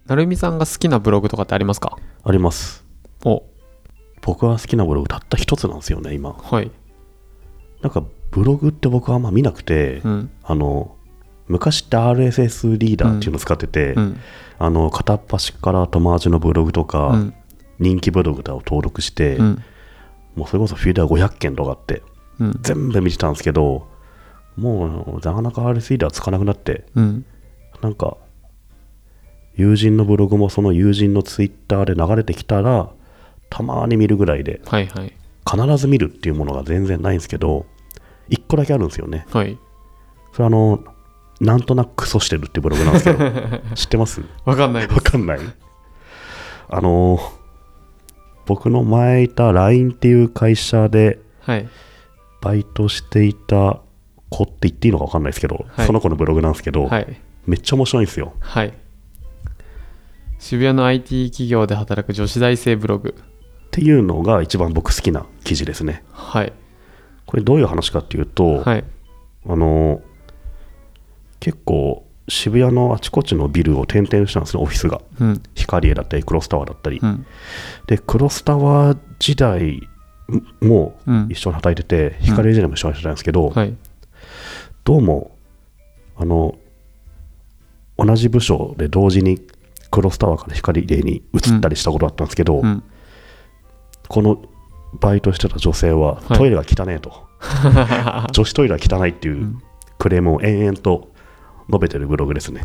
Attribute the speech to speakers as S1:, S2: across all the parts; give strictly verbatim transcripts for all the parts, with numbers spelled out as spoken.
S1: なるみさんが好きなブログとかってありますか？
S2: あります。
S1: お、
S2: 僕は好きなブログたった一つなんですよね今。
S1: はい。
S2: なんかブログって僕はあんま見なくて、
S1: うん、
S2: あの昔って アールエスエス リーダーっていうのを使ってて、
S1: うん、
S2: あの片っ端から友達のブログとか、
S1: うん、
S2: 人気ブログとかを登録して、
S1: うん、
S2: もうそれこそフィーダーごひゃっけんとかあって、
S1: うん、
S2: 全部見てたんですけど、もうなかなか アールエスエス リーダーつかなくなって、
S1: うん、
S2: なんか友人のブログもその友人のツイッターで流れてきたらたまに見るぐらいで、
S1: はいはい。
S2: 必ず見るっていうものが全然ないんですけど、いっこだけあるんですよね。
S1: はい。
S2: それあのなんとなくクソしてるってブログなんですけど知ってます？
S1: わかんないです。
S2: わかんない。あの僕の前いた ライン っていう会社でバイトしていた子って言っていいのかわかんないですけど、はい、その子のブログなんですけど、はい、めっちゃ面白いんですよ。
S1: はい。渋谷の アイティー 企業で働く女子大生ブログ
S2: っていうのが一番僕好きな記事ですね。
S1: はい。
S2: これどういう話かっていうと、はい、あの結構渋谷のあちこちのビルを転々したんですね、オフィスが、うん、ヒカリエだったりクロスタワーだったり、うん、でクロスタワー時代も一緒に働いてて、うん、ヒカリエ時代も一緒に働いてたんですけど、はい、どうもあの同じ部署で同時にクロスタワーからヒカリエに移ったりしたことあったんですけど、うんうん、このバイトしてた女性はトイレが汚いと、はい、女子トイレが汚いっていうクレームを延々と述べてるブログですね。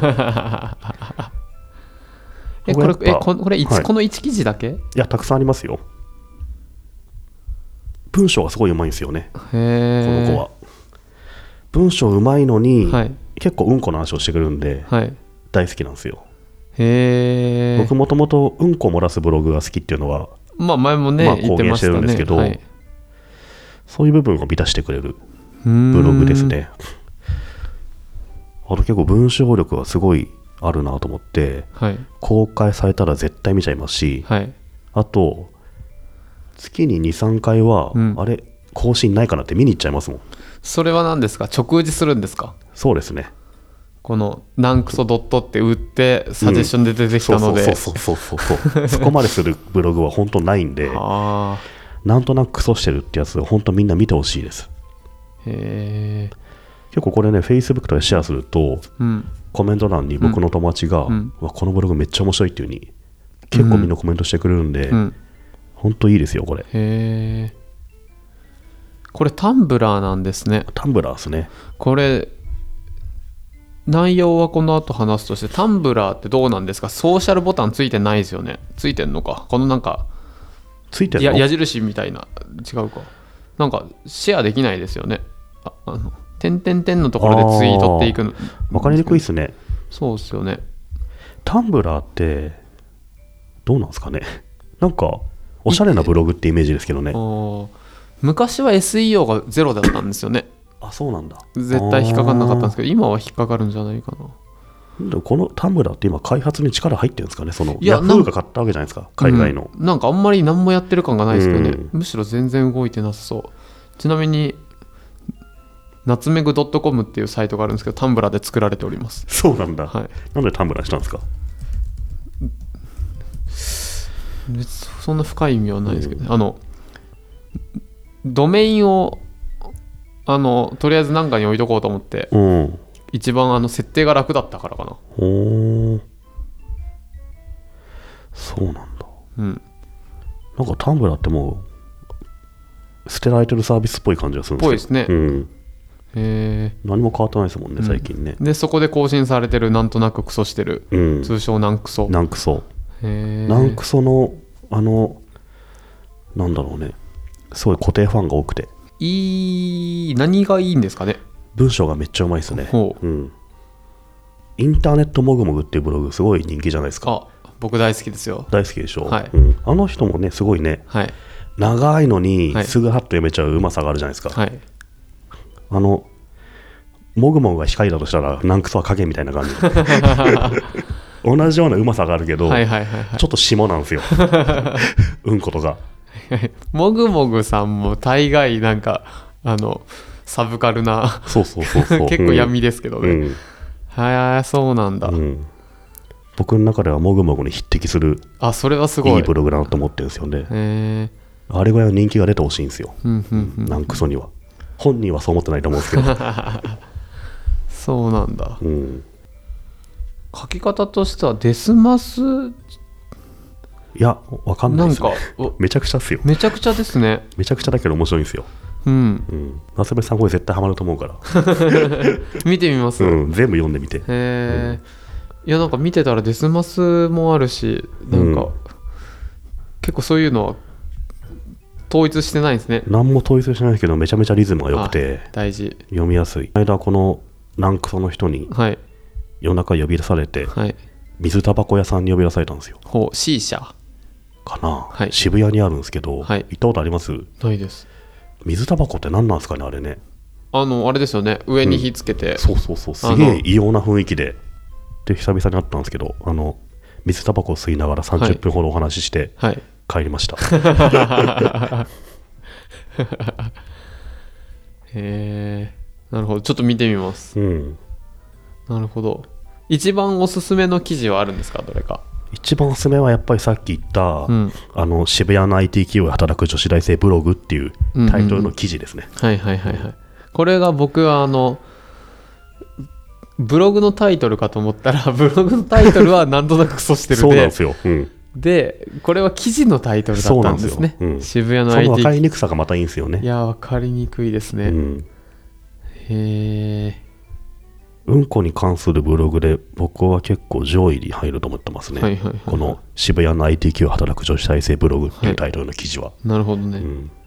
S1: えこれえここれ、はい、このいち記事だけ？
S2: いやたくさんありますよ。文章がすごいうまいんですよね、へこの子は。文章うまいのに、はい、結構うんこの話をしてくるんで、はい、大好きなんですよ。へ僕もともとうんこ漏らすブログが好きっていうのは、
S1: まあ、前もね、
S2: まあ、公言してるんですけど、はい、そういう部分を満たしてくれるブログですね。あと結構文章力がすごいあるなと思って、はい、公開されたら絶対見ちゃいますし、はい、あと月に にさんかいは、うん、あれ更新ないかなって見に行っちゃいますもん。
S1: それは何ですか？直打ちするんですか？
S2: そうですね。こ
S1: のなんくそドットって打ってサジェッションで出てきたので、
S2: そうそうそうそうそうそこまでするブログは本当ないんであなんとなくクソしてるってやつを本当みんな見てほしいです。へー結構これね Facebook とかでシェアすると、うん、コメント欄に僕の友達が、うん、わこのブログめっちゃ面白いっていう風に結構みんなコメントしてくれるんで、うん、本当いいですよこれ。へー
S1: これタンブラーなんですね。
S2: タンブラーですね。
S1: これ内容はこの後話すとして、タンブラーってどうなんですか？ソーシャルボタンついてないですよね。ついてんのか、このなんか
S2: ついてんの
S1: や矢印みたいな、違うか、なんかシェアできないですよね。ああの点々点のところでツイートっていくの
S2: 分かりにくいですね。
S1: そうですよね。
S2: タンブラーってどうなんですかね。なんかおしゃれなブログってイメージですけどね。
S1: 昔は エスイーオー がゼロだったんですよね。
S2: あ、そうなんだ。
S1: 絶対引っかかんなかったんですけど、今は引っかかるんじゃないかな。
S2: でもこのタンブラーって今開発に力入ってるんですかね。そのヤフーが買ったわけじゃないですか、海外の、
S1: うん、なんかあんまり何もやってる感がないですけどね、うん、むしろ全然動いてなさそう。ちなみにナツメグ .com っていうサイトがあるんですけど、タンブラーで作られております。
S2: そうなんだ、
S1: はい、
S2: なんでタンブラーしたんですか？
S1: そんな深い意味はないですけど、ね、うん、あのドメインをあのとりあえず何かに置いとこうと思って、うん、一番あの設定が楽だったからかな。
S2: ほーそうなんだ、うん、なんかタンブラーってもう捨てられてるサービスっぽい感じがするんですけど、
S1: ぽいですね、うん、
S2: へ何も変わってないですもんね、最近ね、
S1: うん、でそこで更新されてるなんとなくクソしてる、うん、通称なんクソ
S2: なんクソへなんクソのあのなんだろうね、すごい固定ファンが多くて、
S1: いい何がいいんですかね。
S2: 文章がめっちゃうまいですね、うん、インターネットもぐもぐっていうブログすごい人気じゃないですか。
S1: あ、僕大好きですよ。
S2: 大好きでしょ、はい、うん、あの人もねすごいね、はい、長いのにすぐハッと読めちゃううまさがあるじゃないですか、はい、あのもぐもぐが光だとしたらなんくそは影みたいな感じ同じようなうまさがあるけど、はいはいはいはい、ちょっと霜なんですようんことか
S1: もぐもぐさんも大概なんかあのサブカルな
S2: そうそうそうそう
S1: 結構闇ですけどね、うん、はいそうなんだ、うん、
S2: 僕の中ではもぐもぐに匹敵する
S1: あそれはすごい
S2: いいブログだなと思ってるんですよね。
S1: へ
S2: あれぐらいの人気が出てほしいんですよ、
S1: うんうんうん、
S2: なんクソには。本人はそう思ってないと思うんですけど
S1: そうなんだ、
S2: うん、
S1: 書き方としてはデスマス、
S2: いやわかんないですね。めちゃくちゃっすよ。
S1: めちゃくちゃですね。
S2: めちゃくちゃだけど面白いんですよ。うん、うん、夏目さんこれ絶対ハマると思うから
S1: 見てみます、
S2: うん、全部読んでみて。へ
S1: え、うん、いやなんか見てたらデスマスもあるしなんか、うん、結構そういうのは統一してないんですね。
S2: 何も統一してないけどめちゃめちゃリズムが良くて
S1: 大事、
S2: 読みやすい。この間このランクソの人に夜中呼び出されて、はい、水タバコ屋さんに呼び出されたんですよ。
S1: ほう C 社
S2: かな、はい、渋谷にあるんですけど、はい、行ったことあります？
S1: ないです。
S2: 水タバコって何なんですかねあれね。
S1: あのあれですよね、上に火つけて、
S2: うん、そうそうそう、すげえ異様な雰囲気でで久々に会ったんですけど、あの水タバコを吸いながらさんじゅっぷんほどお話しして、はい、帰りました。
S1: へえ、なるほど、ちょっと見てみます、うん、なるほど。一番おすすめの記事はあるんですか？どれか。
S2: 一番おすすめはやっぱりさっき言った、うん、あの渋谷の アイティー 企業で働く女子大生ブログっていうタイトルの記事ですね。
S1: はいはいはいはい。これが僕はあのブログのタイトルかと思ったらブログのタイトルはなんとなくクソしてるで
S2: そうなんですよ、うん、
S1: でこれは記事のタイトルだったんですね。
S2: うん、
S1: 渋谷の アイティー
S2: その分かりにくさがまたいいんですよね。
S1: いや分かりにくいですね、うん、へえ。
S2: うんこに関するブログで僕は結構上位に入ると思ってますね、はいはいはいはい、この渋谷の アイティー 企業で働く女子大生ブログっていうタイトルの記事は、は
S1: い、なるほどね、うん